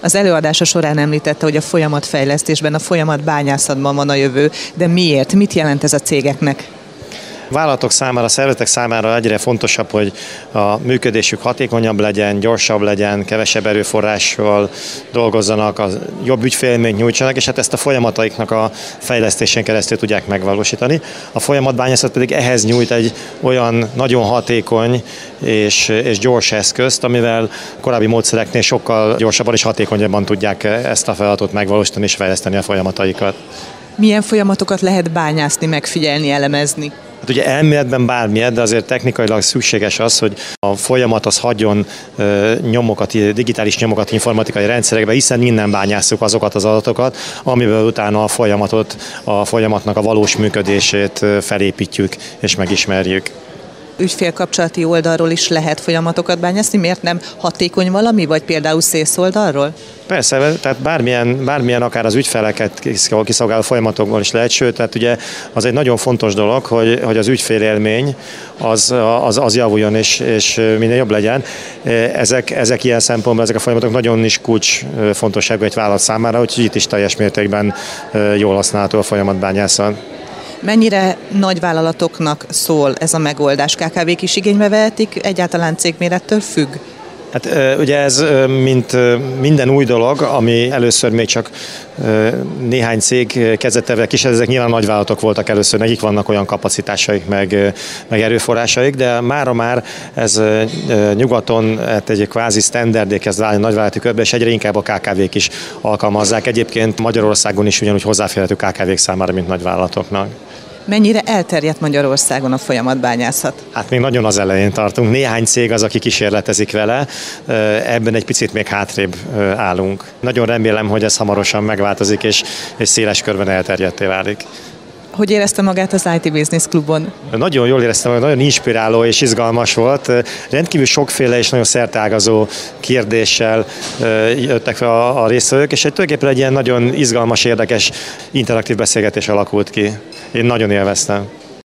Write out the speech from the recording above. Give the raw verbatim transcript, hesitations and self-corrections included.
Az előadása során említette, hogy a folyamatfejlesztésben, a folyamatbányászatban van a jövő, de miért? Mit jelent ez a cégeknek? Vállalatok számára, a szervezetek számára egyre fontosabb, hogy a működésük hatékonyabb legyen, gyorsabb legyen, kevesebb erőforrással dolgozzanak, a jobb ügyfélélményt nyújtsanak, és hát ezt a folyamataiknak a fejlesztésén keresztül tudják megvalósítani. A folyamatbányászat pedig ehhez nyújt egy olyan nagyon hatékony és, és gyors eszközt, amivel korábbi módszereknél sokkal gyorsabban és hatékonyabban tudják ezt a feladatot megvalósítani és fejleszteni a folyamataikat. Milyen folyamatokat lehet bányászni, megfigyelni, elemezni? Hát ugye elméletben bármilyet, de azért technikailag szükséges az, hogy a folyamat az hagyjon nyomokat, digitális nyomokat informatikai rendszerekbe, hiszen minden bányásszuk azokat az adatokat, amiből utána a folyamatot, a folyamatnak a valós működését felépítjük és megismerjük. Ügyfélkapcsolati oldalról is lehet folyamatokat bányászni, miért nem hatékony valami, vagy például sales oldalról? Persze, tehát bármilyen, bármilyen akár az ügyfeleket kiszolgáló folyamatokból is lehet, sőt, tehát ugye az egy nagyon fontos dolog, hogy, hogy az ügyfélélmény az, az, az javuljon és, és minél jobb legyen. Ezek, ezek ilyen szempontból, ezek a folyamatok nagyon is kulcs fontosságú egy vállalat számára, úgyhogy itt is teljes mértékben jól használható a folyamatbányászat. Mennyire nagy vállalatoknak szól ez a megoldás? ká ká vék is igénybe vehetik, egyáltalán cégmérettől függ? Hát ugye ez mint minden új dolog, ami először még csak néhány cég kezdett el kísérni, ezek nyilván nagyvállalatok voltak először, nekik vannak olyan kapacitásaik, meg, meg erőforrásaik, de mára már ez nyugaton hát egy kvázi standardé kezd válni nagyvállalati körbe, és egyre inkább a ká ká vék is alkalmazzák. Egyébként Magyarországon is ugyanúgy hozzáférhető ká ká vék számára, mint nagyvállalatoknak. Mennyire elterjedt Magyarországon a folyamatbányászat? Hát még nagyon az elején tartunk. Néhány cég az, aki kísérletezik vele, ebben egy picit még hátrébb állunk. Nagyon remélem, hogy ez hamarosan megváltozik, és, és széles körben elterjedté válik. Hogy érezte magát az i té Business Klubon? Nagyon jól éreztem, hogy nagyon inspiráló és izgalmas volt. Rendkívül sokféle és nagyon szerteágazó kérdéssel jöttek fel a, a résztvevők, és egy tulajdonképpen egy ilyen nagyon izgalmas, érdekes, interaktív beszélgetés alakult ki. Én nagyon élveztem.